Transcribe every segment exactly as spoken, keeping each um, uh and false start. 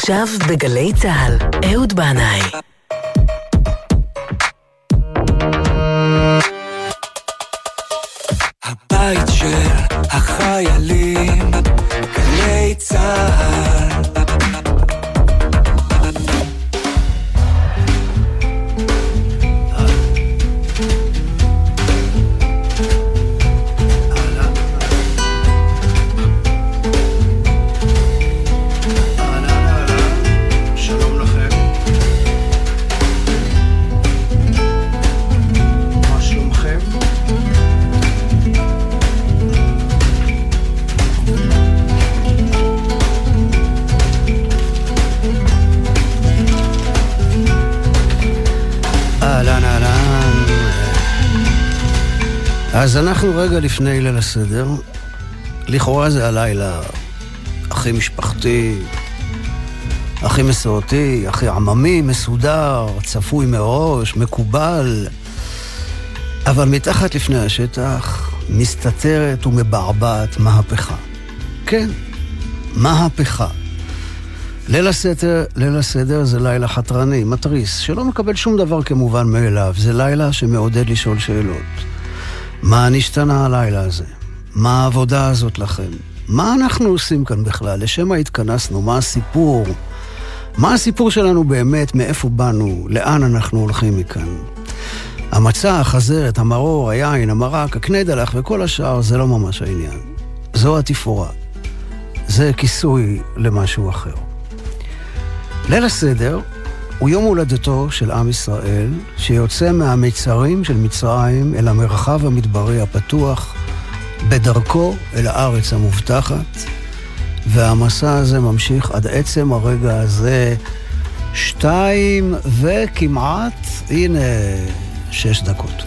עכשיו בגלי צהל, אהוד בנאי. הבית של החיילים, גלי צהל. אז אנחנו רגע לפני ליל הסדר. לכאורה זה הלילה הכי משפחתי, הכי מסורתי, הכי עממי, מסודר, צפוי מראש, מקובל. אבל מתחת לפני השטח מסתתרת ומבעבעת מהפכה. כן, מהפכה. ליל הסדר, ליל הסדר זה לילה חתרני, מטריס, שלא מקבל שום דבר כמובן מאליו. זה לילה שמעודד לשאול שאלות. מה נשתנה הלילה הזה? מה העבודה הזאת לכם? מה אנחנו עושים כאן בכלל? לשם מה התכנסנו? מה הסיפור? מה הסיפור שלנו באמת? מאיפה באנו? לאן אנחנו הולכים מכאן? המצה, החזרת, המרור, היין, המרק, הקנדלח וכל השאר זה לא ממש העניין. זו התפאורה. זה כיסוי למשהו אחר. ליל הסדר הוא יום הולדתו של עם ישראל, שיוצא מהמצרים של מצרים אל המרחב המדברי הפתוח, בדרכו אל הארץ המובטחת, והמסע הזה ממשיך עד עצם הרגע הזה, שתיים וכמעט, הנה, שש דקות.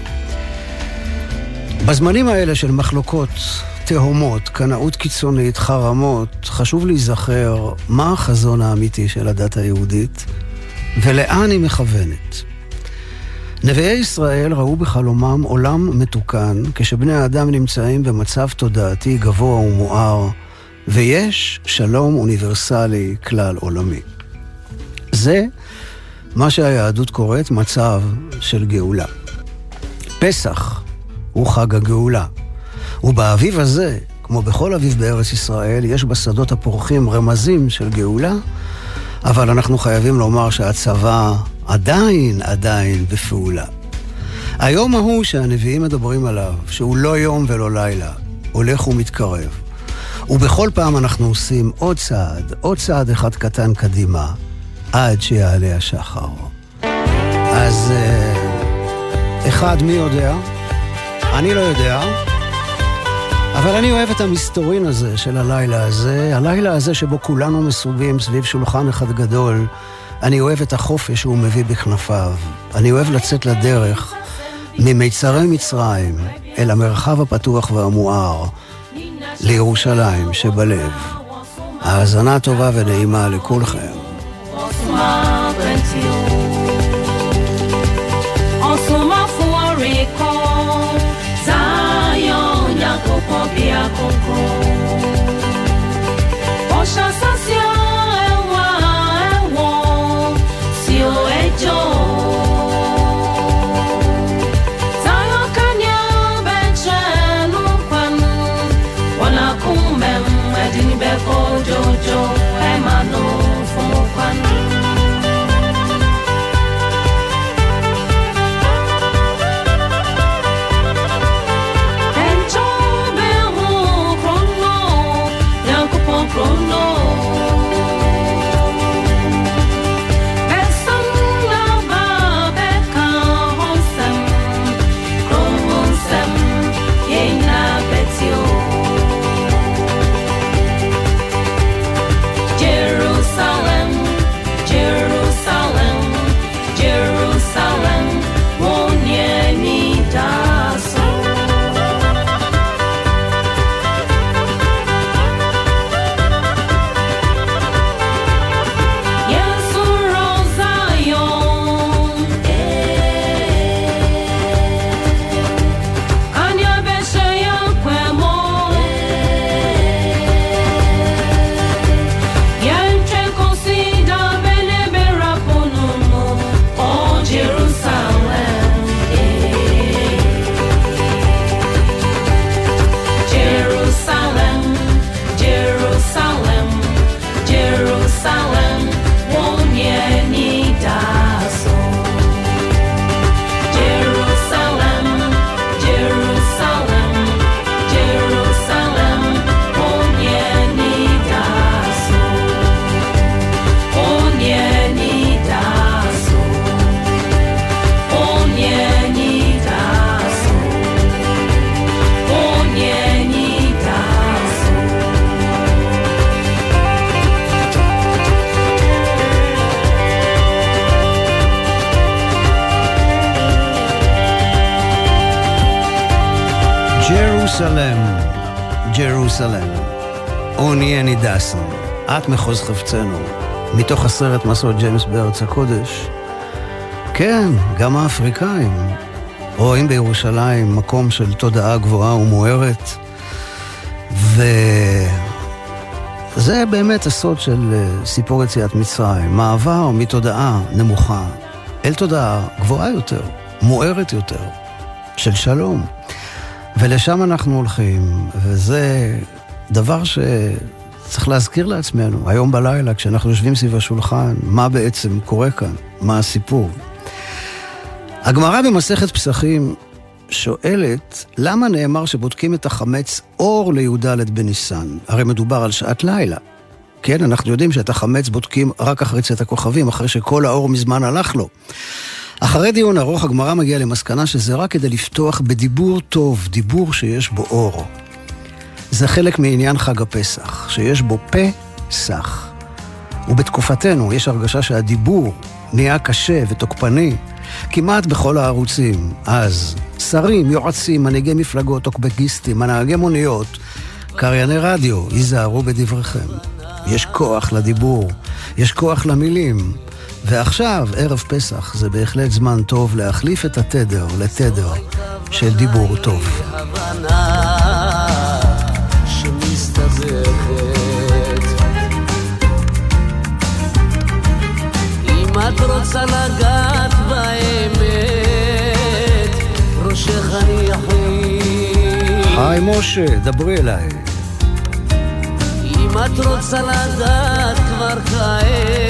בזמנים האלה של מחלוקות תהומות, קנאות קיצונית, חרמות, חשוב להיזכר מה החזון האמיתי של הדת היהודית, ולאן היא מכוונת. נביאי ישראל ראו בחלומם עולם מתוקן, כשבני האדם נמצאים במצב תודעתי גבוה ומואר, ויש שלום אוניברסלי כלל עולמי. זה מה שהיהדות קוראת מצב של גאולה. פסח הוא חג הגאולה, ובאביב הזה, כמו בכל אביב בארץ ישראל, יש בשדות הפורחים רמזים של גאולה, אבל אנחנו חייבים לומר שהצבא עדיין, עדיין בפעולה. היום ההוא שהנביאים מדברים עליו, שהוא לא יום ולא לילה, הולך ומתקרב. ובכל פעם אנחנו עושים עוד צעד, עוד צעד אחד קטן קדימה, עד שיעלה השחר. אז אחד, מי יודע? אני לא יודע. אבל אני אוהב את המסתורין הזה של הלילה הזה, הלילה הזה שבו כולנו מסובים סביב שולחן אחד גדול. אני אוהב את החופש שהוא מביא בכנפיו. אני אוהב לצאת לדרך ממיצרי מצרים אל המרחב הפתוח והמואר, לירושלים שבלב. האזנה טובה ונעימה לכולכם. Oxa sacia ewa ewo si o ejo Tayo kanya beche lupan Wana kumem edini beko jojo Emano fumupan Encho behu krono Yankupo krono ג'רוסלם, ג'רוסלם, אוני אני דסן, את מחוז חפצנו, מתוך הסרט מסעות ג'יימס בארץ הקודש. כן, גם האפריקאים רואים בירושלים מקום של תודעה גבוהה ומוארת, וזה באמת הסוד של סיפור יציאת מצרים, מעבר מתודעה נמוכה אל תודעה גבוהה יותר, מוארת יותר, של שלום. ולשם אנחנו הולכים, וזה דבר שצריך להזכיר לעצמנו, היום בלילה, כשאנחנו יושבים סביב השולחן, מה בעצם קורה כאן, מה הסיפור. הגמרא במסכת פסחים שואלת, למה נאמר שבודקים את החמץ אור לי"ד בניסן? הרי מדובר על שעת לילה. כן, אנחנו יודעים שאת החמץ בודקים רק אחרי צאת הכוכבים, אחרי שכל האור מזמן הלך לו. אחרי דיון ארוך, הגמרא מגיעה למסקנה שזה רק כדי לפתוח בדיבור טוב, דיבור שיש בו אור. זה חלק מעניין חג הפסח, שיש בו פסח. ובתקופתנו יש הרגשה שהדיבור נהיה קשה ותוקפני, כמעט בכל הערוצים. אז שרים, יועצים, מנהיגי מפלגות, טוקבקיסטים, מנהגי מוניות, קרייני רדיו, ייזהרו בדבריכם. יש כוח לדיבור, יש כוח למילים. ועכשיו, ערב פסח, זה בהחלט זמן טוב להחליף את התדר לתדר של דיבור טוב. אם את רוצה לגעת באמת, ראשך אני יחיד. היי משה, דברי אליי. אם את רוצה לדעת כבר כעת,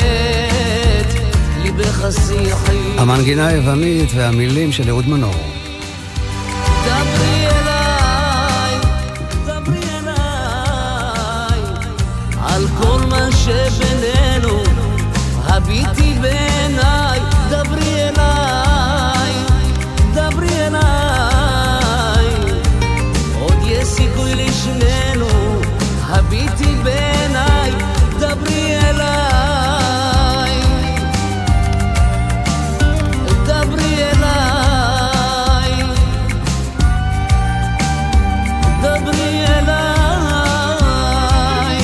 ליבך שיחי. המנגינה היוונית והמילים של אהוד מנור. דברי אליי, דברי אליי, על כל מה שבינינו, הביטי בעיניי. דברי אליי, דברי אליי, עוד יש סיכוי לשנינו, הביטי בעיניי. דברי אליי, דברי אליי, דברי אליי.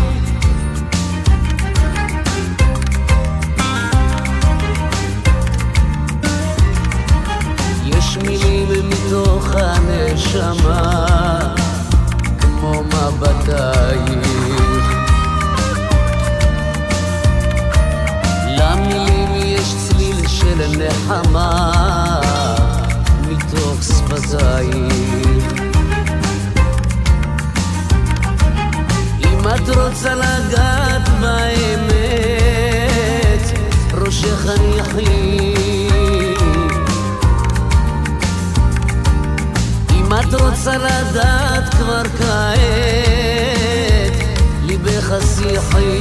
יש מילים מתוך הנשמה כמו מבטייך, למילים יש צליל של נחמה מתוך שפתייך. אם את רוצה לגעת באמת, ראשך אני יחיד. אם את רוצה לדעת כבר כעת, ליבך שיחי.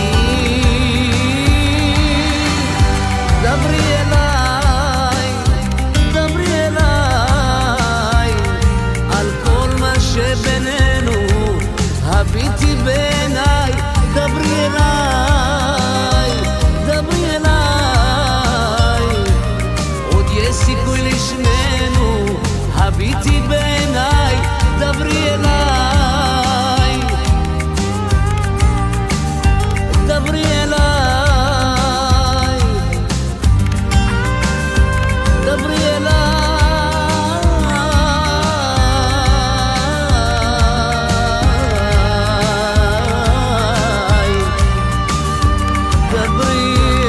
דברי אליי, דברי אליי, על כל מה שבינינו, הביטי בעיניי. דברי אליי, דברי אליי, עוד יש סיכוי לשנינו, הביטי בעיניי. דברי אליי, דברי אליי, דברי אליי, דברי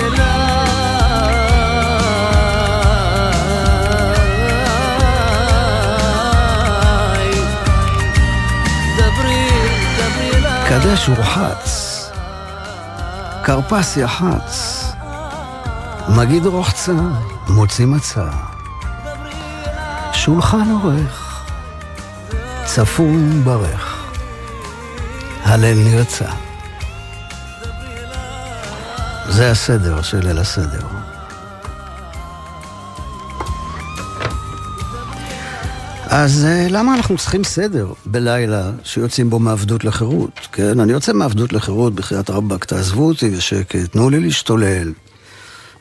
קדש ורחץ, קרפס יחץ, מגיד רוחצה, מוציא מצה, שולחן עורך, צפון ברך, הלל נרצה. זה הסדר של ליל הסדר. אז למה אנחנו צריכים סדר בלילה שיוצאים בו מעבדות לחירות? כן, אני יוצא מעבדות לחירות בחיית רבק, תעזבו אותי בשקט, תנו לי להשתולל.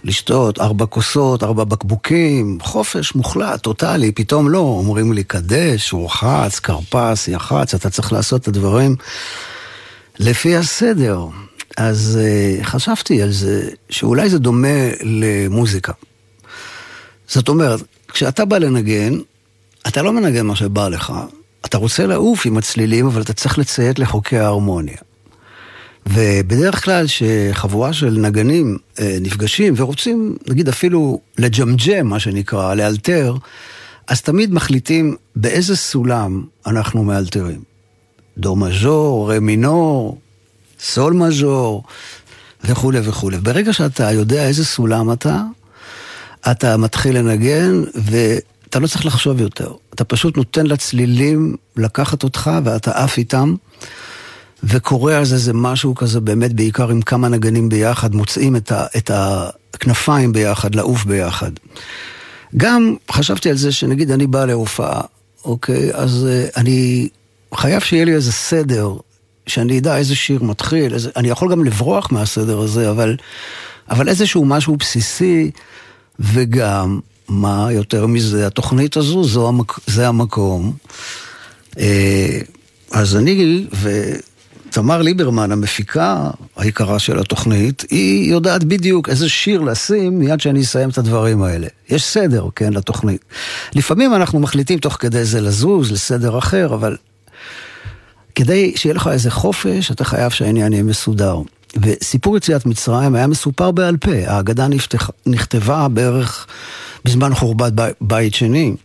לשתות ארבע כוסות, ארבע בקבוקים, חופש מוחלט, טוטלי, פתאום לא, אומרים לי קדש, רוחץ, קרפס, יחץ, אתה צריך לעשות את הדברים לפי הסדר. אז uh, חשבתי על זה, שאולי זה דומה למוזיקה. זאת אומרת, כשאתה בא לנגן, אתה לא מנגן מה שבא לך, אתה רוצה לעוף עם הצלילים, אבל אתה צריך לציית לחוקי ההרמוניה. ובדרך כלל שחבורה של נגנים אה, נפגשים ורוצים, נגיד אפילו לג'מג'ם, מה שנקרא, לאלתר, אז תמיד מחליטים באיזה סולם אנחנו מאלתרים. דו מז'ור, רה מינור, סול מז'ור, וכו' וכו'. ברגע שאתה יודע איזה סולם אתה, אתה מתחיל לנגן, ואתה לא צריך לחשוב יותר. אתה פשוט נותן לצלילים לקחת אותך, ואתה עף איתם, וקורא על זה זה משהו כזה באמת, בעיקר עם כמה נגנים ביחד, מוצאים את, ה, את הכנפיים ביחד, לעוף ביחד. גם חשבתי על זה שנגיד אני בא להופעה, אוקיי, אז uh, אני חייב שיהיה לי איזה סדר, שאני אדע איזה שיר מתחיל, איזה, אני יכול גם לברוח מהסדר הזה, אבל, אבל איזשהו משהו בסיסי, וגם, מה יותר מזה, התוכנית הזו, זו המק, זה המקום. Uh, אז אני, ו... תמר ליברמן, המפיקה העיקרה של התוכנית, היא יודעת בדיוק איזה שיר לשים מיד שאני אסיים את הדברים האלה. יש סדר, כן, לתוכנית. לפעמים אנחנו מחליטים תוך כדי זה לזוז, לסדר אחר, אבל כדי שיהיה לך איזה חופש, אתה חייב שהעניין יהיה מסודר. וסיפור יציאת מצרים היה מסופר בעל פה. ההגדה נכתבה בערך בזמן חורבת בית שני.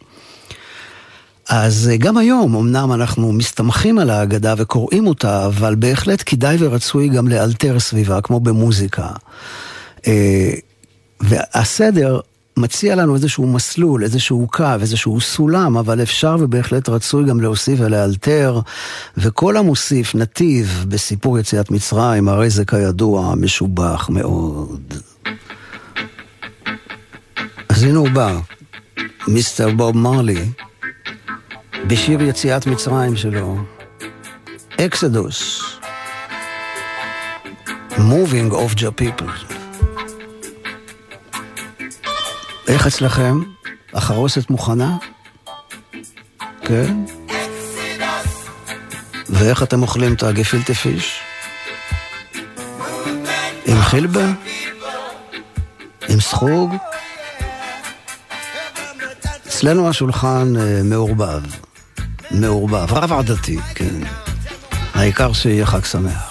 אז גם היום, אמנם אנחנו מסתמכים על ההגדה וקוראים אותה, אבל בהחלט כדאי ורצוי גם לאלתר סביבה, כמו במוזיקה. והסדר מציע לנו איזשהו מסלול, איזשהו קו, איזשהו סולם, אבל אפשר ובהחלט רצוי גם להוסיף ולאלתר, וכל המוסיף נתיב בסיפור יציאת מצרים, הרי זה כידוע משובח מאוד. אז הנה הוא בא, מיסטר בוב מרלי, בשיר יציאת מצרים שלו, אקסדוס, Moving of the People. איך אצלכם? החרוסת מוכנה? כן? ואיך אתם אוכלים את הגפילטה פיש? עם חילבה? עם סחוג? אצלנו השולחן מעורבב. מעורבב, רב עדתי, כן. העיקר שיהיה חג שמח.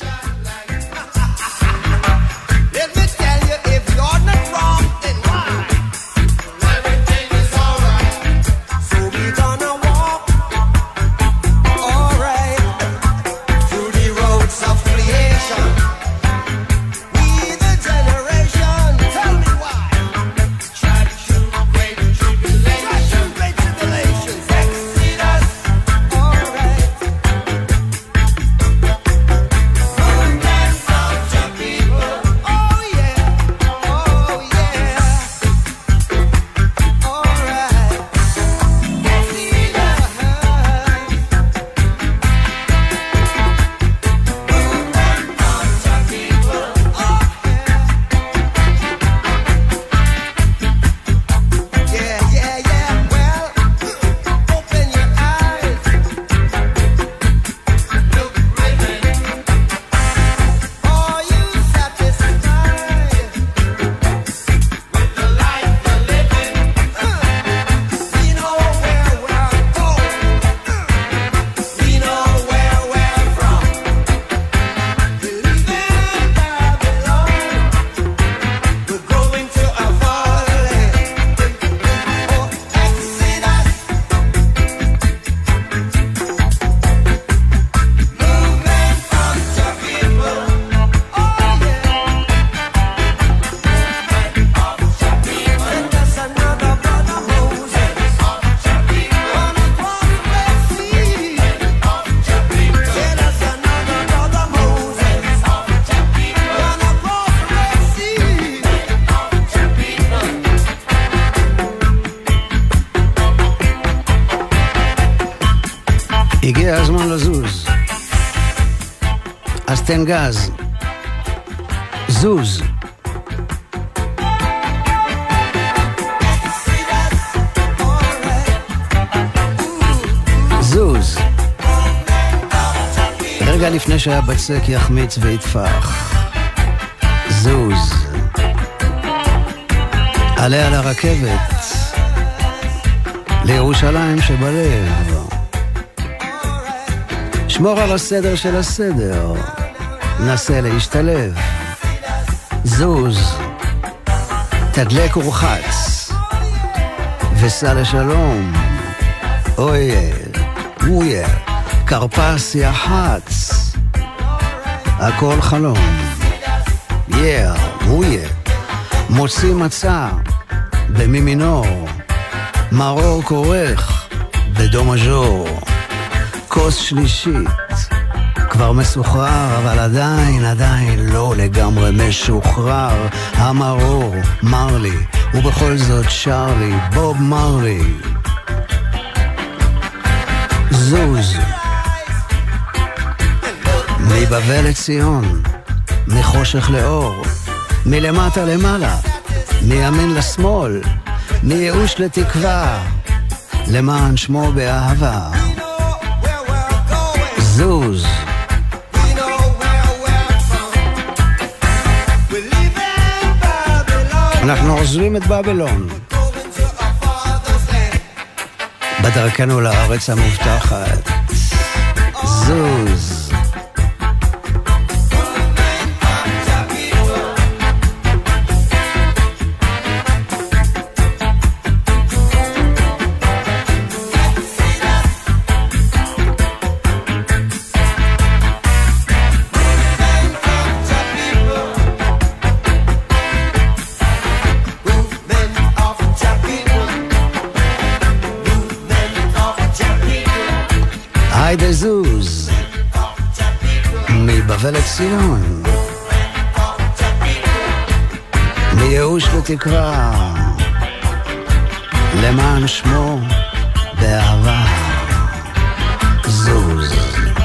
הגיע הזמן לזוז. אז תן גז. זוז. רגע לפני שהבצק יחמיץ ויתפח. זוז. עלה על הרכבת. לירושלים שבלב. שמור על הסדר של הסדר. נסה להשתלב. זוז. תדלק ורחץ. וסע לשלום. אויה. אויה. קרפס יחץ. הכל חלום. יאה. אויה. מוציא מצע. במי מינור. מרור כורך. בדו מז'ור. כוס שלישית. כבר מסוחרר, אבל עדיין, עדיין לא לגמרי משוחרר. המרור, מרלי, ובכל זאת שר לי, בוב מרלי. זוז. מבבל לציון, מחושך לאור, מלמטה למעלה, מימין לשמאל, מייאוש לתקווה, למען שמו באהבה. זוז. אנחנו עוזבים את בבלון בדרכנו לארץ המובטחת. זוז. היידה זוז מבבל לציון, מייאוש לתקווה, למען שמו באהבה. זוז.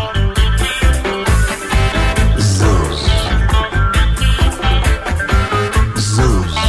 זוז. זוז.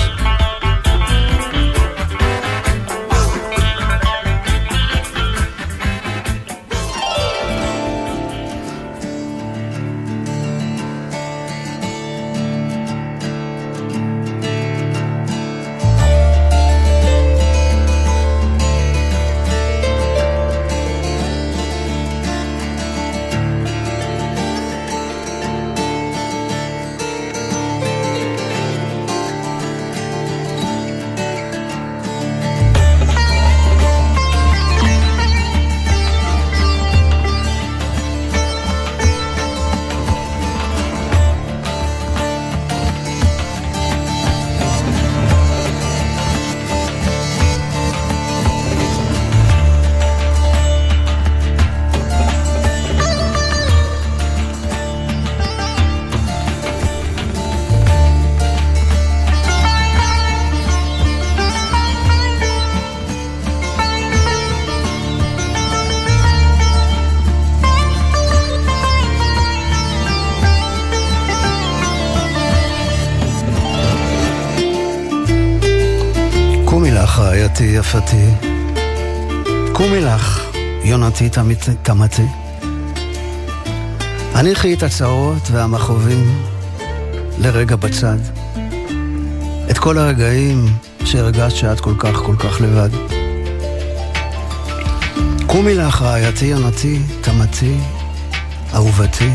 רעייתי יפתי, קומי לך, יונתי תמתי. הניחי את הצרות והמחובים לרגע בצד, את כל הרגעים שהרגשת שאת כל כך כל כך לבד. קומי לך, רעייתי יונתי תמתי, אהובתי.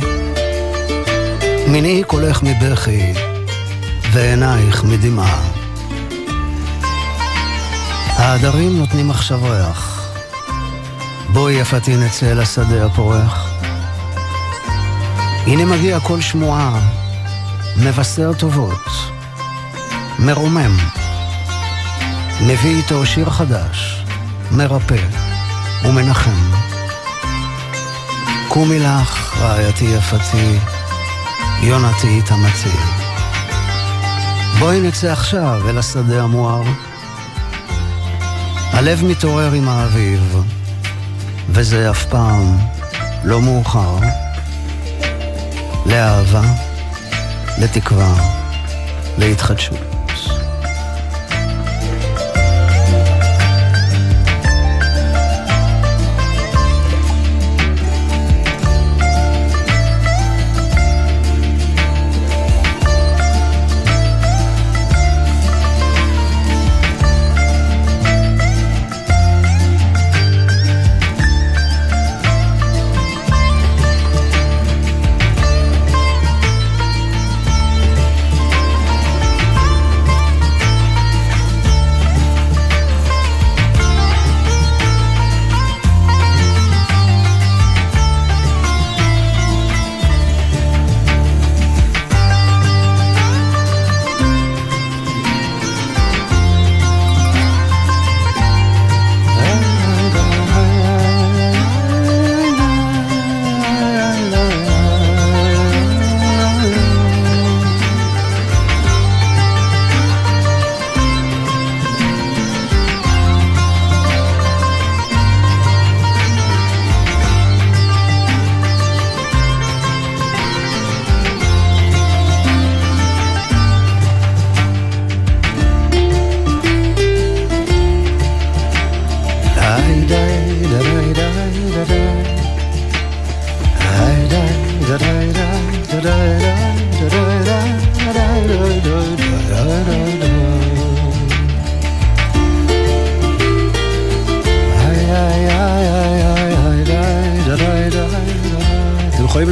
מנעי קולך מבכי ועינייך מדמעה. העדרים נותנים עכשיו ריח, בואי יפתי נצא אל השדה הפורח. הנה מגיע כל שמועה, מבשר טובות, מרומם, מביא איתו שיר חדש, מרפא ומנחם. קומי לך, רעייתי יפתי, יונתי תמתי. בואי נצא עכשיו אל השדה המואר. הלב מתעורר עם האביב, וזה אף פעם לא מאוחר. לאהבה, לתקווה, להתחדשות.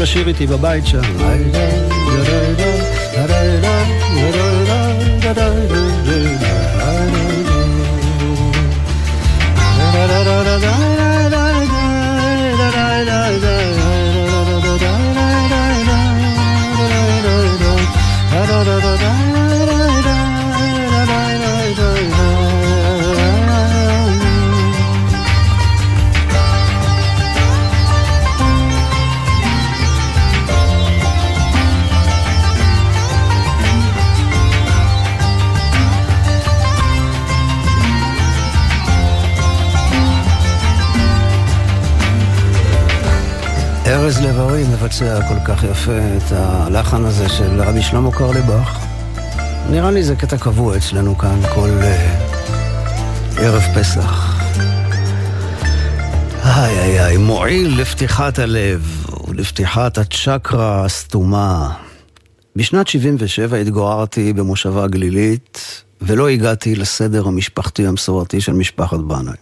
לשיר איתי בבית שם. ארז לב-ארי מבצע כל כך יפה את הלחן הזה של רבי שלמה קרליבך. נראה לי זה קטע קבוע אצלנו כאן כל uh, ערב פסח. היי היי היי, מועיל לפתיחת הלב ולפתיחת הצ'קרה הסתומה. בשנת שבעים ושבע התגוררתי במושבה גלילית ולא הגעתי לסדר המשפחתי המסורתי של משפחת בנאי.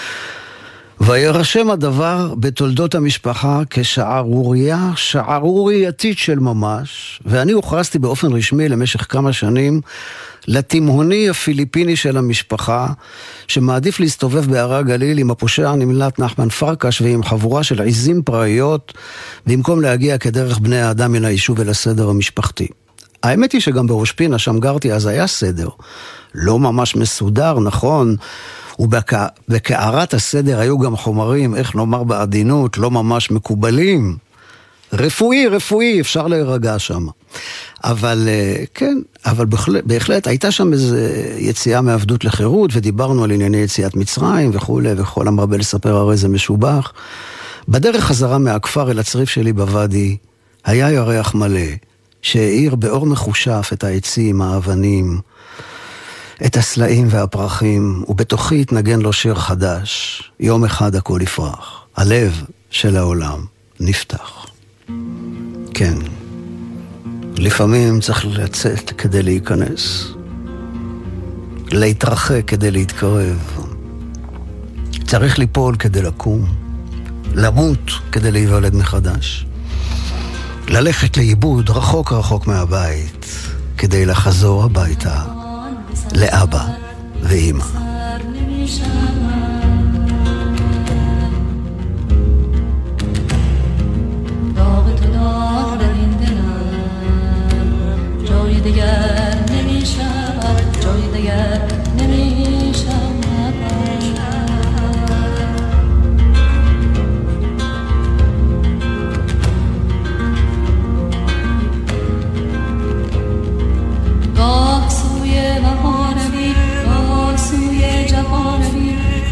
וירשם הדבר בתולדות המשפחה כשערוריה, שערורייתית של ממש, ואני הוכרזתי באופן רשמי למשך כמה שנים לתימהוני הפיליפיני של המשפחה, שמעדיף להסתובב בערי הגליל עם הפושע הנמלט נחמן פרקש ועם חבורה של עיזים פראיות, במקום להגיע כדרך בני האדם מן היישוב אל הסדר המשפחתי. האמת היא שגם בראש פינה, שם גרתי, אז היה סדר. לא ממש מסודר, נכון, ובקערת הסדר היו גם חומרים, איך נאמר בעדינות, לא ממש מקובלים. רפואי, רפואי, אפשר להירגע שם. אבל כן, אבל בהחלט, בהחלט הייתה שם איזו יציאה מעבדות לחירות, ודיברנו על ענייני יציאת מצרים וכו' וכל המרבה לספר הרי זה משובח. בדרך חזרה מהכפר אל הצריף שלי בוואדי, היה ירח מלא, שהאיר באור מחושף את העצים, האבנים, את הסלעים והפרחים, ובתוכי התנגן לו שיר חדש. יום אחד הכל יפרח. הלב של העולם נפתח. כן. לפעמים צריך לצאת כדי להיכנס. להתרחק כדי להתקרב. צריך ליפול כדי לקום. למות כדי להיוולד מחדש. ללכת לאיבוד רחוק רחוק מהבית, כדי לחזור הביתה. לאבא ואמא. Suye Jahanvi,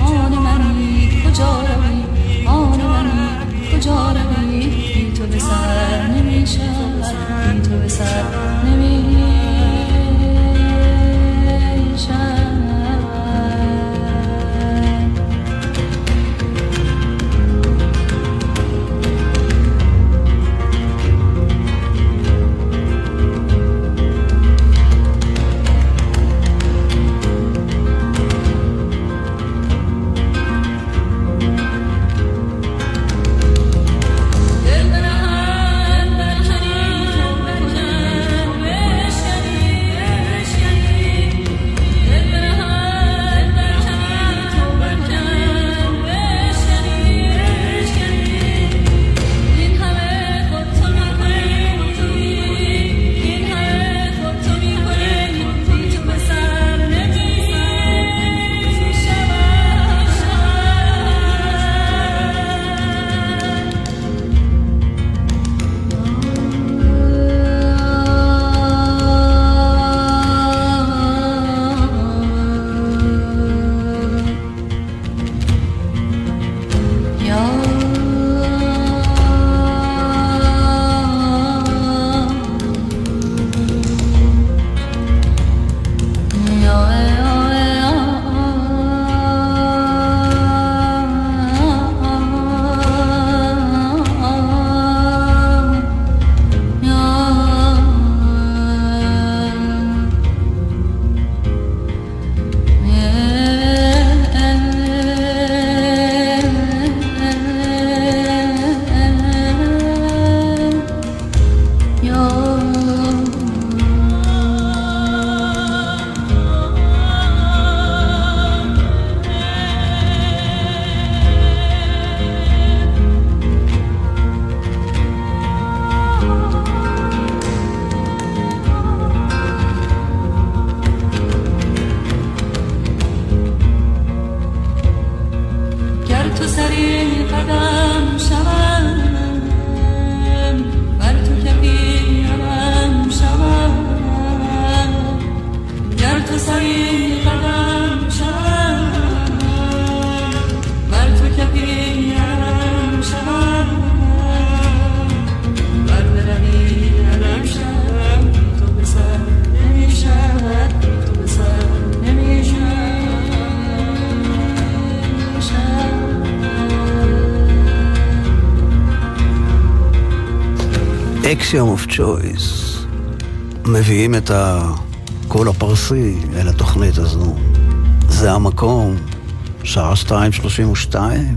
Axiom of Choice מביאים את הקול הפרסי אל התוכנית הזו. זה המקום, שעה שתיים שלושים ושתיים.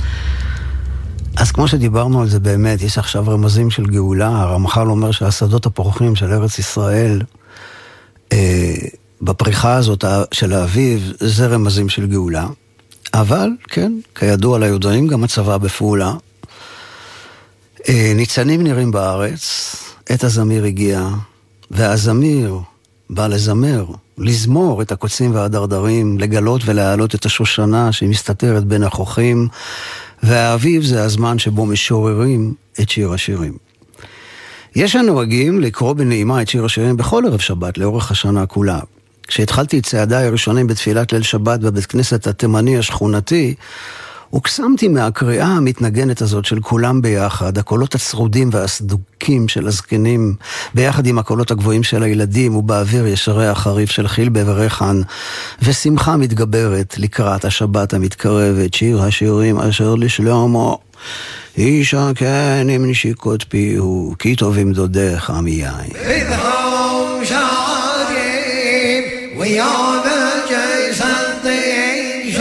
אז כמו שדיברנו על זה באמת, יש עכשיו רמזים של גאולה. הרמח"ל אומר שהשדות הפורחים של ארץ ישראל, אה, בפריחה הזאת של האביב, זה רמזים של גאולה. אבל, כן, כידוע ליודעים, גם הצבא בפעולה. אה, ניצנים נראים בארץ, עת הזמיר הגיע, והזמיר בא לזמר, לזמור את הקוצים והדרדרים, לגלות ולהעלות את השושנה שמסתתרת בין החוכים, והאביב זה הזמן שבו משוררים את שיר השירים. יש הנוהגים לקרוא בנעימה את שיר השירים בכל ערב שבת לאורך השנה כולה. כשהתחלתי את צעדיי הראשונים בתפילת ליל שבת בבית כנסת התימני השכונתי, וקסמתי מהקריאה המתנגנת הזאת של כולם ביחד, הקולות הצרודים והסדוקים של הזקנים, ביחד עם הקולות הגבוהים של הילדים, ובאוויר ישרי החריף של חיל בברחן, ושמחה מתגברת לקראת השבת המתקרבת, שיר השירים אשר לשלמה, ישכן עם נשיקות פיהו, כי טובים דודיך מיין. ודרום שערים, ויעבר ג'ייסנטים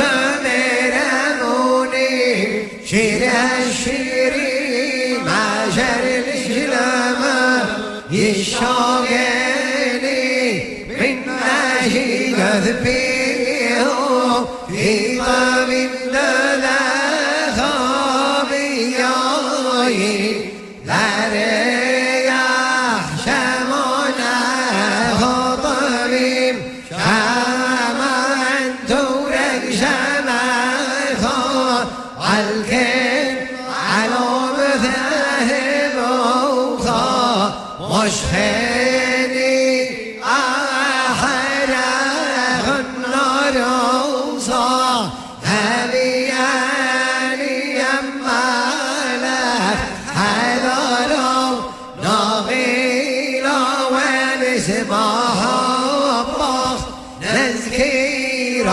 שמרמונים, שיר השירים אשר לשלמה, ישכני מן נשיקות פיהו, כי טובים דודיך מיין. לריח שמונה חוטבים, שמן תורק שמך, על כן עלום ذهبוך, מושכני אחריך נורוסה, הביאני ימלך حذروا نغيلا ونسمع الطخ نذكير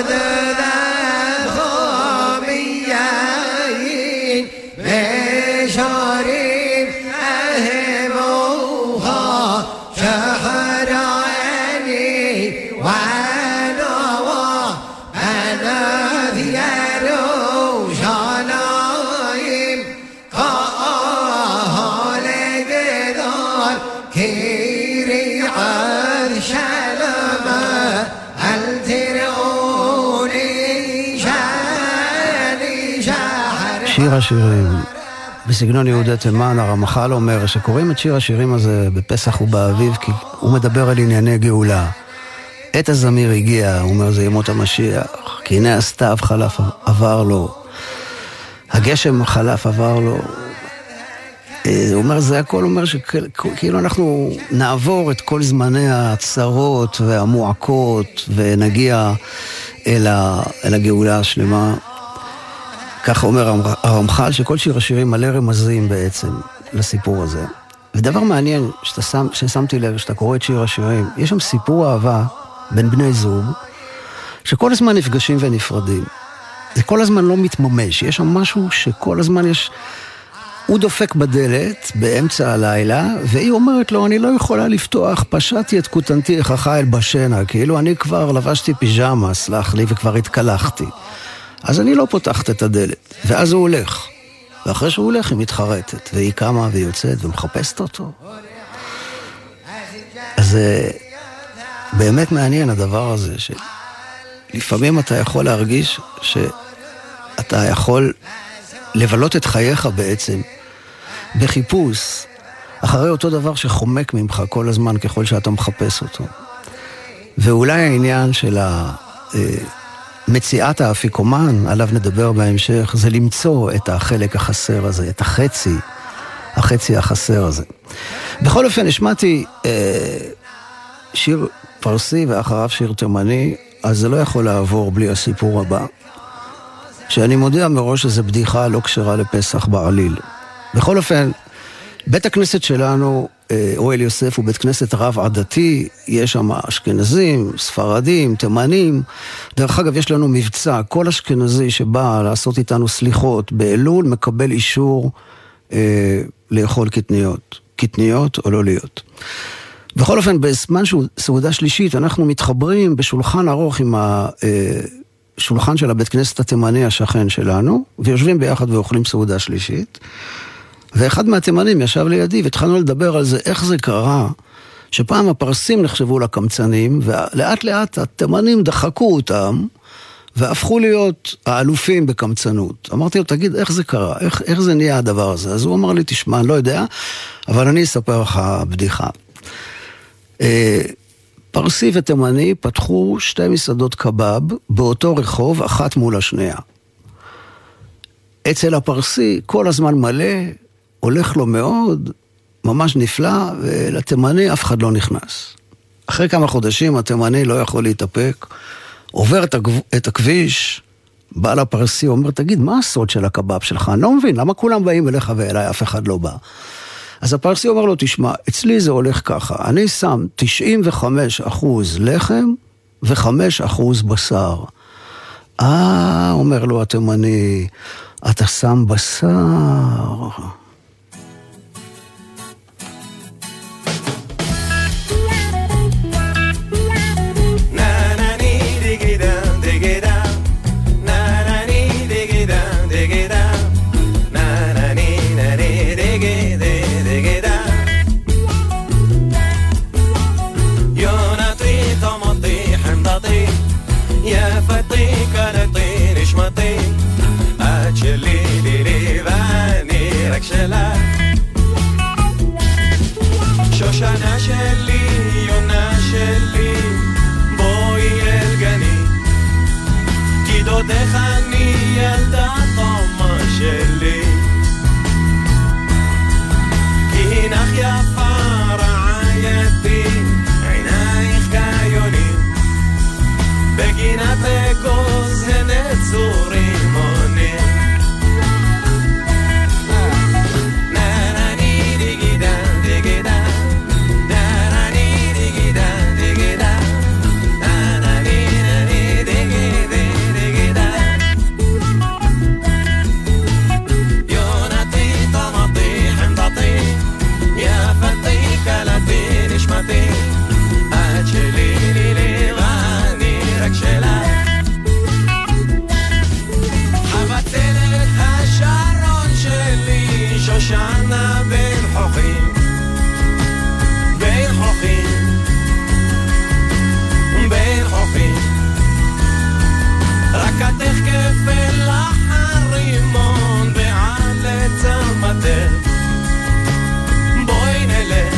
ذخاميين بشريف أهبوها شهراني ونوى أنا ذيارو شنايم שיר השירים בסגנון יהודי תימן. הרמח"ל אומר שקוראים את שיר השירים הזה בפסח ובאביב כי הוא מדבר על ענייני גאולה. עת הזמיר הגיע, הוא אומר זה ימות המשיח, כי הנה הסתיו חלף עבר לו, הגשם חלף עבר לו. הוא אומר זה הכל, הוא אומר שכאילו אנחנו נעבור את כל זמני הצרות והמועקות ונגיע אל, ה, אל הגאולה השלמה. ככה אומר הרמח"ל שכל שיר השירים מלא רמזים בעצם לסיפור הזה. ודבר מעניין שאתה שם, ששמתי לב שאתה קורא את שיר השירים, יש שם סיפור אהבה בין בני זוג שכל הזמן נפגשים ונפרדים. זה כל הזמן לא מתממש, יש שם משהו שכל הזמן יש, הוא דופק בדלת באמצע הלילה והיא אומרת לו אני לא יכולה לפתוח, פשעתי את כותנתי איככה אל בשנה, כאילו אני כבר לבשתי פיג'מה, סלח לי, וכבר התקלחתי, אז אני לא פותחת את הדלת. ואז הוא הולך, ואחרי שהוא הולך היא מתחרטת, והיא קמה ויוצאת ומחפשת אותו. אז זה באמת מעניין הדבר הזה, שלפעמים אתה יכול להרגיש שאתה יכול לבלות את חייך בעצם בחיפוש אחרי אותו דבר שחומק ממך כל הזמן ככל שאתה מחפש אותו. ואולי העניין של מציאת האפיקומן, עליו נדבר בהמשך, זה למצוא את החלק החסר הזה, את החצי, החצי החסר הזה. בכל אופן, השמעתי אה, שיר פרסי ואחריו שיר תימני, אז זה לא יכול לעבור בלי הסיפור הבא, שאני מודיע מראש שזה בדיחה לא כשרה לפסח בעליל. בכל אופן, בית הכנסת שלנו, אוהל יוסף, הוא בית כנסת רב עדתי, יש שם אשכנזים, ספרדים, תימנים. דרך אגב, יש לנו מבצע, כל אשכנזי שבא לעשות איתנו סליחות באלול, מקבל אישור אה, לאכול קטניות. קטניות או לא להיות. בכל אופן, בזמן שהוא סעודה שלישית, אנחנו מתחברים בשולחן ארוך עם השולחן של הבית כנסת התימני השכן שלנו, ויושבים ביחד ואוכלים סעודה שלישית, ואחד מהתימנים ישב לידי, והתחלנו לדבר על זה, איך זה קרה, שפעם הפרסים נחשבו לקמצנים, ולאט לאט התימנים דחקו אותם, והפכו להיות האלופים בקמצנות. אמרתי לו, תגיד, איך זה קרה? איך, איך זה נהיה הדבר הזה? אז הוא אמר לי, תשמע, אני לא יודע, אבל אני אספר לך בדיחה. פרסי ותימני פתחו שתי מסעדות קבב באותו רחוב, אחת מול השנייה. אצל הפרסי כל הזמן מלא, הולך לו מאוד, ממש נפלא, ולתימני אף אחד לא נכנס. אחרי כמה חודשים התימני לא יכול להתאפק, עובר את הכביש, בא לפרסי, אומר, תגיד, מה הסוד של הקבב שלך? אני לא מבין, למה כולם באים אליך ואליי, אף אחד לא בא? אז הפרסי אומר לו, תשמע, אצלי זה הולך ככה, אני שם תשעים וחמישה אחוז לחם ו-חמישה אחוז בשר. אה, אומר לו התימני, אתה שם בשר. שושנה שלי, יונה שלי, בואי אל גני, כי דודך אני ילדה תומה שלי, כי הינך יפה רעייתי, עינייך כיונים, בגינת אגוז הנצורים עונים. את שלי לי לי ואני רק שלה, חבצלת השרון שלי, שושנה בין חוכים, בין חוכים, בין חוכים, רקתך כפל החרימון ועד לצמתך, בואי נלך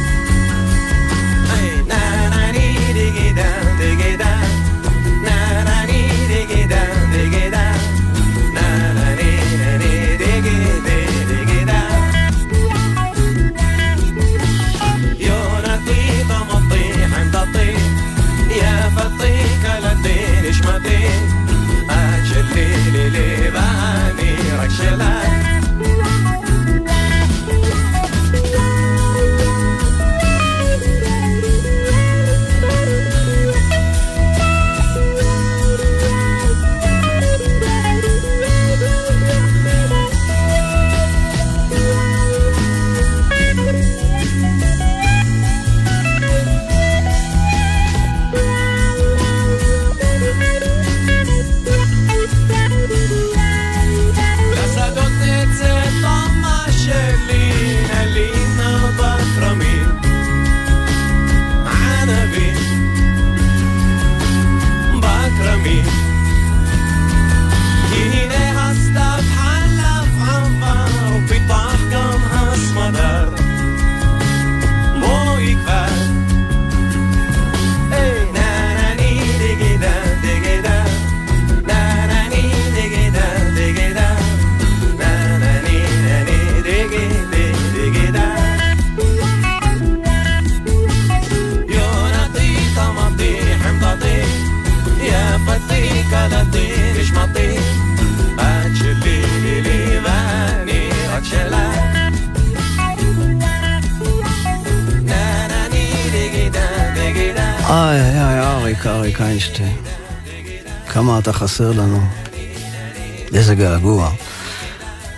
איי, איי, אריק, אריק איינשטיין. כמה אתה חסר לנו. איזה געגוע.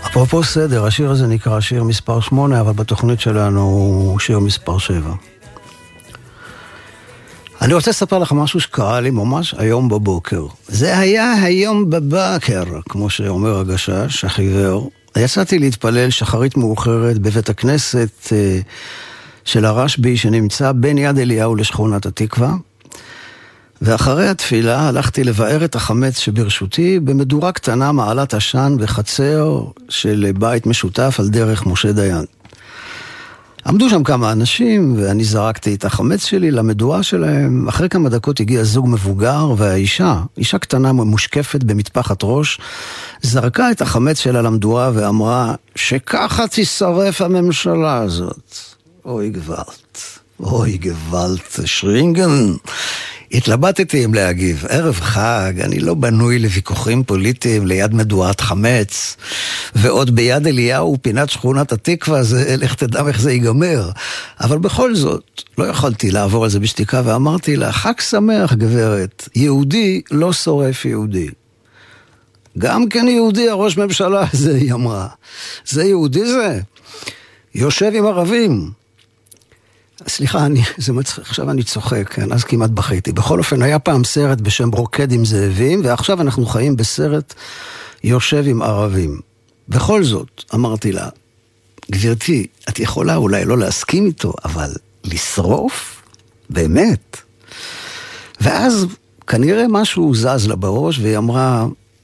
אפרופו סדר, השיר הזה נקרא שיר מספר שמונה, אבל בתוכנית שלנו הוא שיר מספר שבע. אני רוצה לספר לך משהו שקרה לי ממש היום בבוקר. זה היה היום בבוקר, כמו שאומר הגשש, החיוור. יצאתי להתפלל שחרית מאוחרת בבית הכנסת של הרשב"י, שנמצא בין יד אליהו לשכונת התקווה. ואחרי התפילה הלכתי לבאר את החמץ שברשותי במדורה קטנה מעלת עשן בחצר של בית משותף על דרך משה דיין. עמדו שם כמה אנשים ואני זרקתי את החמץ שלי למדורה שלהם. אחרי כמה דקות הגיע זוג מבוגר והאישה, אישה קטנה מושקפת במטפחת ראש, זרקה את החמץ שלה למדורה ואמרה שככה תשרף הממשלה הזאת. אוי גוואלט, אוי גוואלט, שרינגן. התלבטתי אם להגיב, ערב חג, אני לא בנוי לוויכוחים פוליטיים ליד מדורת חמץ, ועוד ביד אליהו פינת שכונת התקווה, זה לך תדע איך זה ייגמר. אבל בכל זאת, לא יכולתי לעבור על זה בשתיקה, ואמרתי לה, חג שמח גברת, יהודי לא שורף יהודי. גם כן יהודי, הראש ממשלה הזה, היא אמרה. זה יהודי זה, יושב עם ערבים. סליחה, אני, זה מצחיק, עכשיו אני צוחק, כן, אז כמעט בכיתי. בכל אופן, היה פעם סרט בשם רוקד עם זאבים, ועכשיו אנחנו חיים בסרט יושב עם ערבים. בכל זאת, אמרתי לה, גברתי, את יכולה אולי לא להסכים איתו, אבל לשרוף? באמת? ואז כנראה משהו זז לה בראש, והיא אמרה,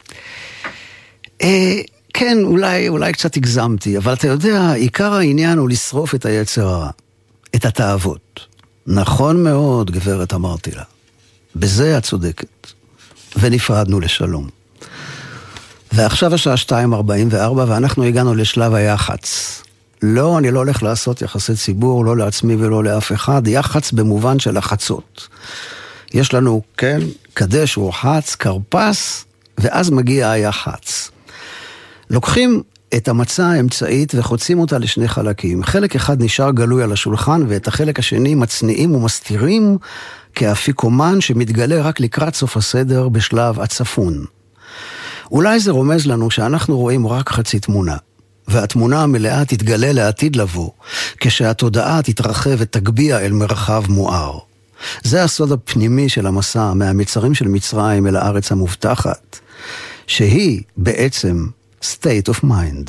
אה, כן, אולי, אולי קצת הגזמתי, אבל אתה יודע, עיקר העניין הוא לשרוף את היצר הרע. את התאוות. נכון מאוד, גברת, אמרתי לה. בזה את צודקת. ונפרדנו לשלום. ועכשיו השעה שתיים ארבעים וארבע, ואנחנו הגענו לשלב היחץ. לא, אני לא הולך לעשות יחסי ציבור, לא לעצמי ולא לאף אחד. יחץ במובן של החצות. יש לנו, כן, קדש, רוחץ, קרפס, ואז מגיע היחץ. לוקחים את המצה האמצעית וחוצים אותה לשני חלקים. חלק אחד נשאר גלוי על השולחן, ואת החלק השני מצניעים ומסתירים כאפיקומן שמתגלה רק לקראת סוף הסדר בשלב הצפון. אולי זה רומז לנו שאנחנו רואים רק חצי תמונה, והתמונה המלאה תתגלה לעתיד לבוא, כשהתודעה תתרחב ותגביע אל מרחב מואר. זה הסוד הפנימי של המסע מהמצרים של מצרים אל הארץ המובטחת, שהיא בעצם state of mind.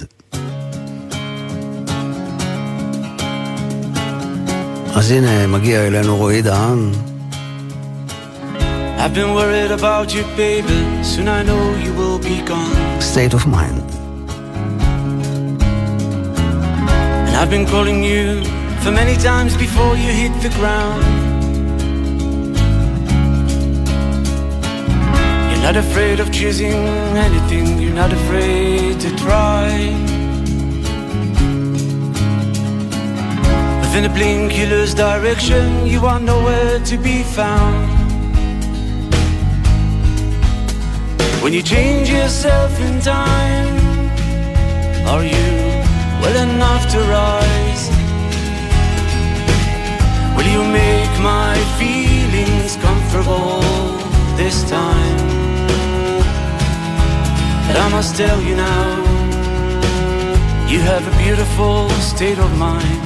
אז הנה מגיע אלינו רועי דהן. I've been worried about you, baby. Soon I know you will be gone. State of mind. And I've been calling you for many times before you hit the ground. You're not afraid of choosing anything. You're not afraid to try. Within a blink you lose direction. You are nowhere to be found. When you change yourself in time, are you well enough to rise? Will you make my feelings comfortable this time? But I must tell you now, you have a beautiful state of mind.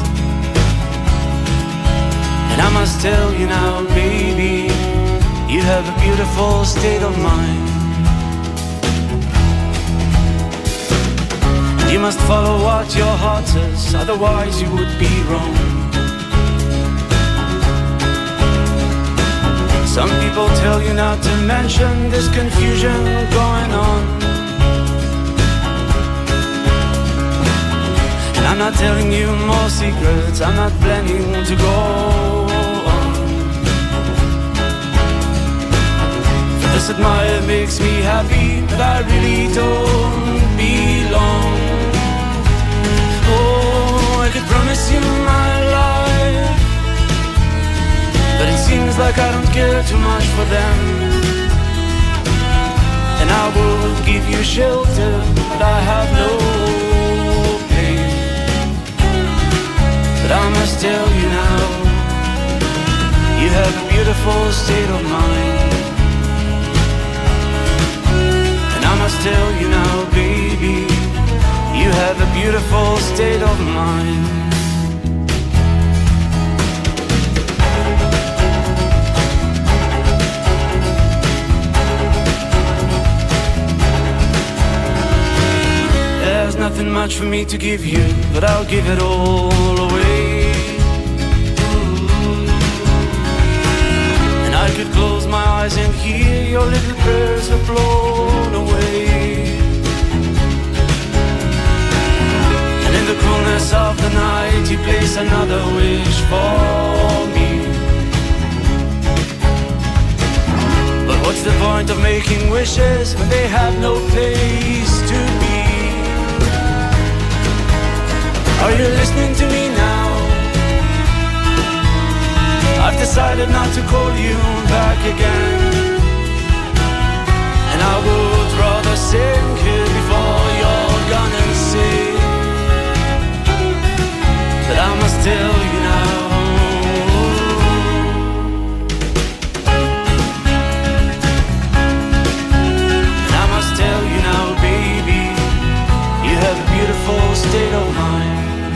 And I must tell you now, baby, you have a beautiful state of mind. You must follow what your heart says, otherwise you would be wrong. Some people tell you not to mention this confusion going on. And I'm not telling you more secrets, I'm not planning to go on. For this admire makes me happy, but I really don't belong. Oh, I could promise you my life, but it seems like I don't care too much for them. And I will give you shelter, but I have no pain. But I must tell you now, you have a beautiful state of mind. And I must tell you now, baby, You have a beautiful state of mind. There's nothing much for me to give you, but I'll give it all away. And I could close my eyes and hear your little prayers are blown away. And in the coolness of the night you place another wish for me. But what's the point of making wishes when they have no place to be? Are you listening to me now? I've decided not to call you back again. And I would rather sink here before you're gone and say that I must tell you now. And I must tell you now, baby, you have a beautiful state of mind.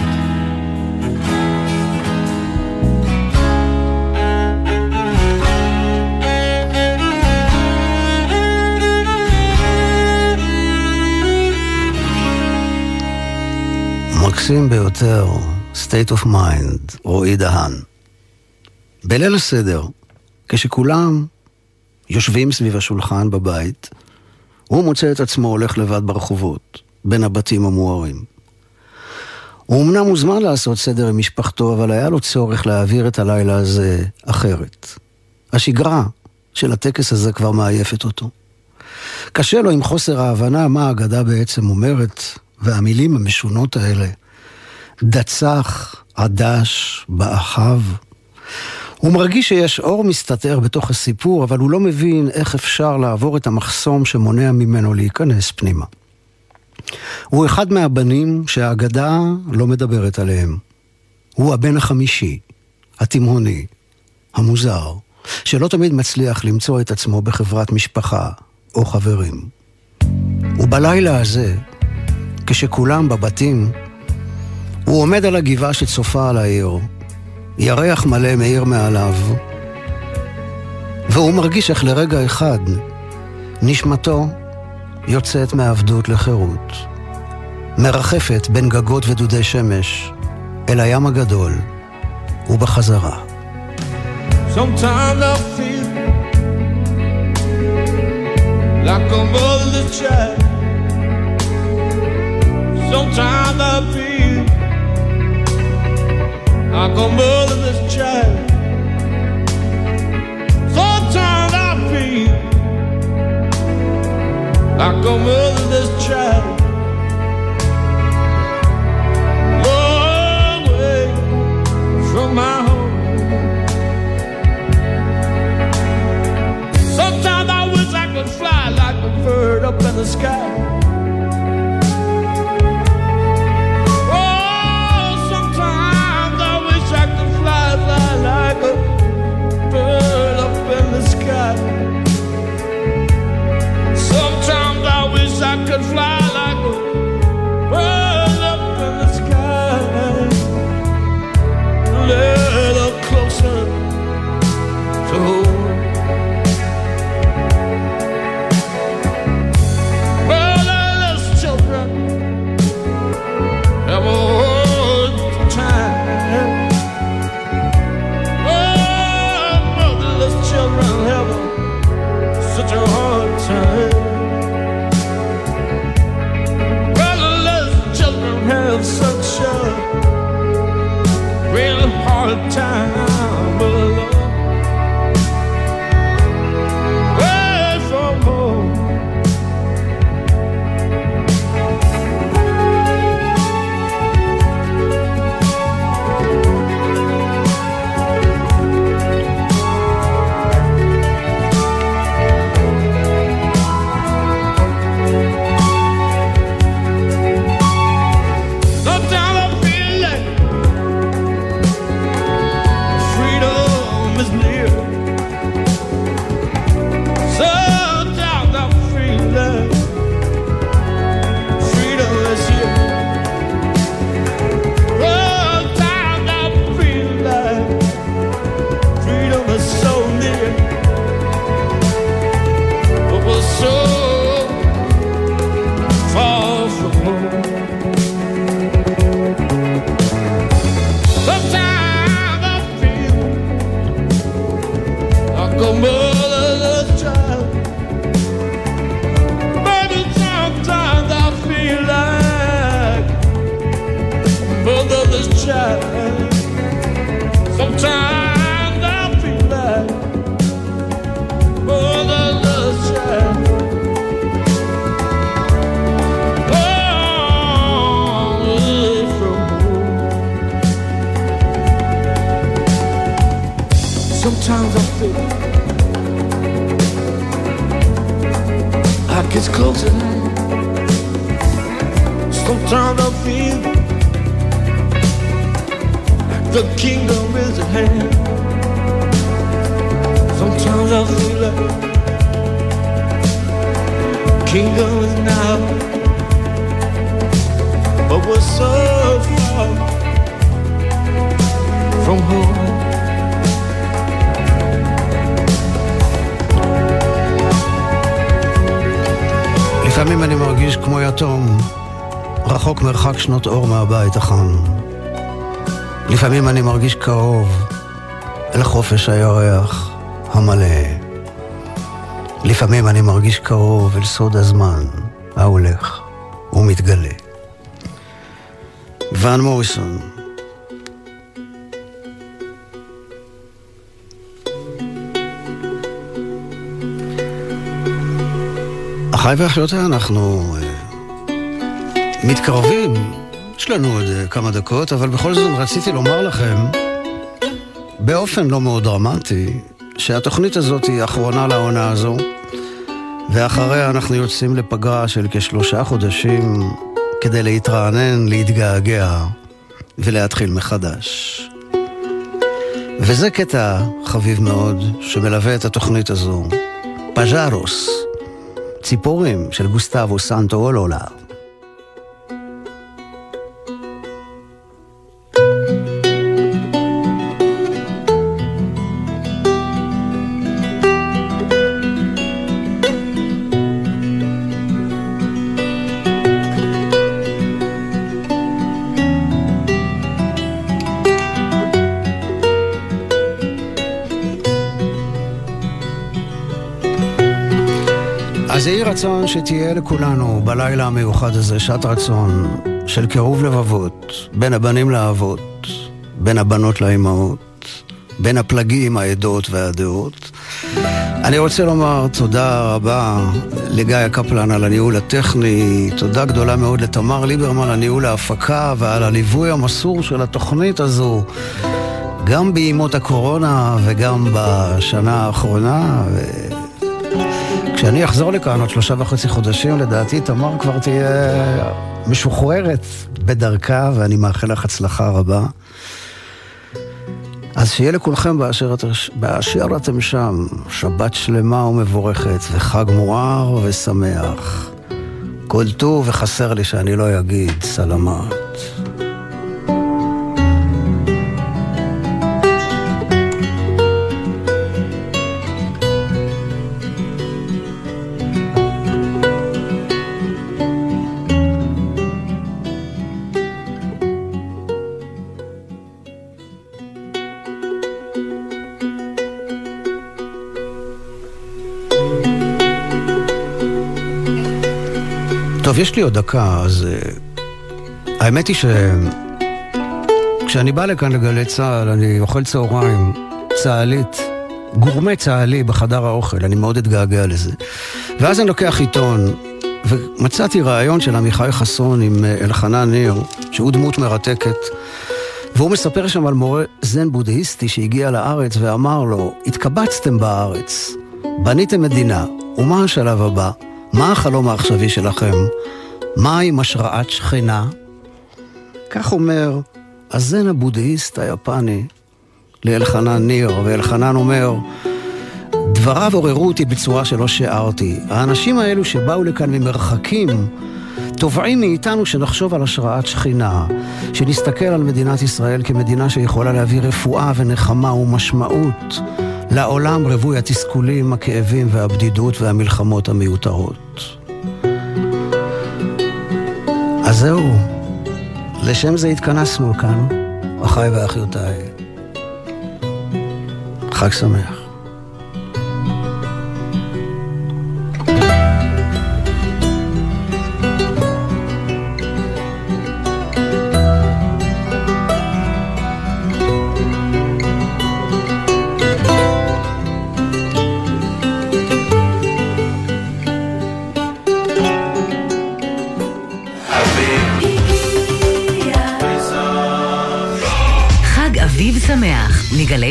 מקסים ביותר, State of Mind, רועי דהן. בליל הסדר, כשכולם יושבים סביב השולחן בבית, הוא מוצא את עצמו הולך לבד ברחובות, בין הבתים המוארים. הוא אמנם מוזמן לעשות סדר עם משפחתו, אבל היה לו צורך להעביר את הלילה הזה אחרת. השגרה של הטקס הזה כבר מעייפת אותו. קשה לו עם חוסר ההבנה מה האגדה בעצם אומרת, והמילים המשונות האלה, דצח, עדש, באחיו. הוא מרגיש שיש אור מסתתר בתוך הסיפור, אבל הוא לא מבין איך אפשר לעבור את המחסום שמונע ממנו להיכנס פנימה. הוא אחד מהבנים שהאגדה לא מדברת עליהם. הוא הבן החמישי, התימהוני, המוזר, שלא תמיד מצליח למצוא את עצמו בחברת משפחה או חברים. ובלילה הזה, כשכולם בבתים, הוא עומד על הגבעה שצופה על העיר, ירח מלא מאיר מעליו, והוא מרגיש איך לרגע אחד נשמתו יוצאת מעבדות לחירות, מרחפת בין גגות ודודי שמש אל הים הגדול ובחזרה. Sometimes I feel like a motherless child. Sometimes I feel like a motherless child. Sometimes I feel like a motherless child. Long way from my home. Sometimes I wish I could fly like a bird up in the sky. Like a bird up in the sky. Sometimes I wish I could fly like a bird up in the sky. A little closer to home. Well, Sometimes I feel like oh, the love child. Long way from home. Sometimes I feel like it's close at hand. Sometimes I feel the kingdom is at hand. Sometimes I feel like kingdom is now, but we're so far from home. לפעמים אני מרגיש כמו יתום, רחוק מרחק שנות אור מהבית החם. לפעמים אני מרגיש קרוב אל חופש הירח המלא. לפעמים אני מרגיש קרוב אל סוד הזמן ההולך ומתגלה. ון מוריסון. אחי ואחיותיי, אנחנו מתקרבים, יש לנו עוד כמה דקות, אבל בכל זאת רציתי לומר לכם, באופן לא מאוד דרמטי, שהתוכנית הזאת היא האחרונה לעונה הזו, ואחריה אנחנו יוצאים לפגרה של כשלושה חודשים, כדי להתרענן, להתגעגע ולהתחיל מחדש. וזה קטע חביב מאוד שמלווה את התוכנית הזו, פז'רוס, ציפורים של גוסטבו סנטאולולה. אז יהי רצון שתהיה לכולנו בלילה המיוחד הזה שעת רצון של קירוב לבבות, בין הבנים לאבות, בין הבנות לאימהות, בין הפלגים, העדות והדעות. אני רוצה לומר תודה רבה לגיא קפלן על הניהול הטכני, תודה גדולה מאוד לתמר ליברמן על הניהול ההפקה ועל הליווי המסור של התוכנית הזו, גם בימות הקורונה וגם בשנה האחרונה. ו... כשאני אחזור לכאן עוד שלושה וחצי חודשים, לדעתי תמר כבר תהיה משוחררת בדרכה, ואני מאחל לך הצלחה רבה. אז שיהיה לכולכם באשר, באשר אתם שם, שבת שלמה ומבורכת, וחג מואר ושמח. כל טוב, וחסר לי שאני לא אגיד סלמת. טוב, יש לי עוד דקה, אז האמת היא שכשאני בא לכאן לגלי צהל, אני אוכל צהריים, צהלית, גורמי צהלי בחדר האוכל, אני מאוד אתגעגע לזה. ואז אני לוקח עיתון, ומצאתי רעיון של עמיחי חסון עם אלחנן ניר, שהוא דמות מרתקת, והוא מספר שם על מורה זן בודהיסטי שהגיע לארץ ואמר לו, התקבצתם בארץ, בניתם מדינה, ומה השלב הבא? מה החלום העכשווי שלכם? מה עם השראת שכנה? כך אומר הזן הבודהיסט היפני לאלחנן ניר, ואלחנן אומר, דבריו עוררו אותי בצורה שלא שיערתי. האנשים האלו שבאו לכאן ממרחקים תובעים מאיתנו שנחשוב על השראת שכינה, שנסתכל על מדינת ישראל כמדינה שיכולה להביא רפואה ונחמה ומשמעות לעולם רווי התסכולים, הכאבים והבדידות והמלחמות המיותרות. אז זהו, לשם זה התכנסנו כאן, אחיי ואחיותיי. חג שמח.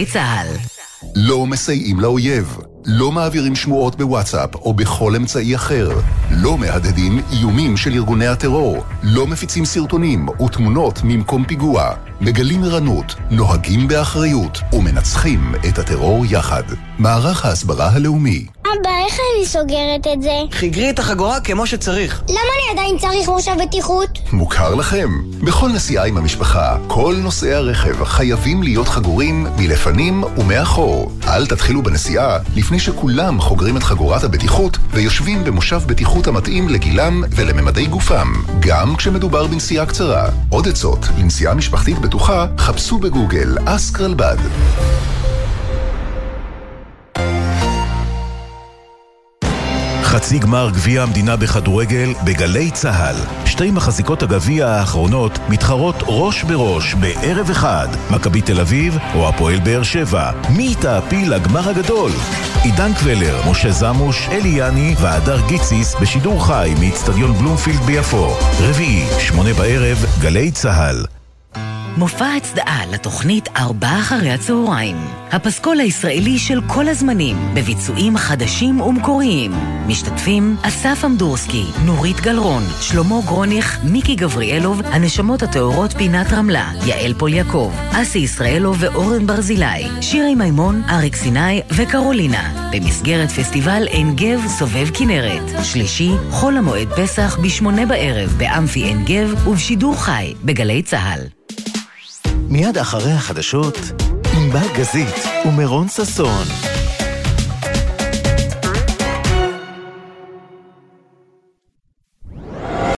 צהל. לא מסייעים לאויב, לא מעבירים שמועות בוואטסאפ או בכל אמצעי אחר, לא מהדהדים איומים של ארגוני הטרור, לא מפיצים סרטונים ותמונות ממקום פיגוע, מגלים ערנות, נוהגים באחריות ומנצחים את הטרור יחד. מערך ההסברה הלאומי. אבא, איך אני סוגרת את זה? חיגרי את החגורה כמו שצריך. למה אני עדיין צריך מושב בטיחות? מוכר לכם. בכל נסיעה עם המשפחה, כל נוסעי הרכב חייבים להיות חגורים מלפנים ומאחור. אל תתחילו בנסיעה לפני שכולם חוגרים את חגורת הבטיחות ויושבים במושב בטיחות המתאים לגילם ולממדי גופם, גם כשמדובר בנסיעה קצרה. עוד עצות לנסיעה משפחתית בטוחה, חפשו בגוגל אסק רלב"ד. חצי גמר גביע המדינה בכדורגל בגלי צהל. שתי מחזיקות הגביע האחרונות מתחרות ראש בראש בערב אחד. מכבי תל אביב או הפועל באר שבע. מי תעפיל לגמר הגדול? עידן קבלר, משה זמוש, אלי יני והדר גיציס בשידור חי מאצטדיון בלומפילד ביפו. רביעי, שמונה בערב, גלי צהל. מופע הצדעה לתוכנית ארבע אחרי הצהריים. הפסקול הישראלי של כל הזמנים, בביצועים חדשים ומקוריים. משתתפים אסף אמדורסקי, נורית גלרון, שלמה גרוניך, מיקי גבריאלוב, הנשמות התאורות פינת רמלה, יעל פול יעקב, אסי ישראלוב ואורן ברזילי, שירי מימון, אריק סיני וקרולינה. במסגרת פסטיבל עין גב סובב כנרת. שלישי, חול המועד פסח בשמונה בערב באמפי עין גב ובשידור חי בגלי צהל. מיד אחרי החדשות, ענבל גזית ומרון ססון.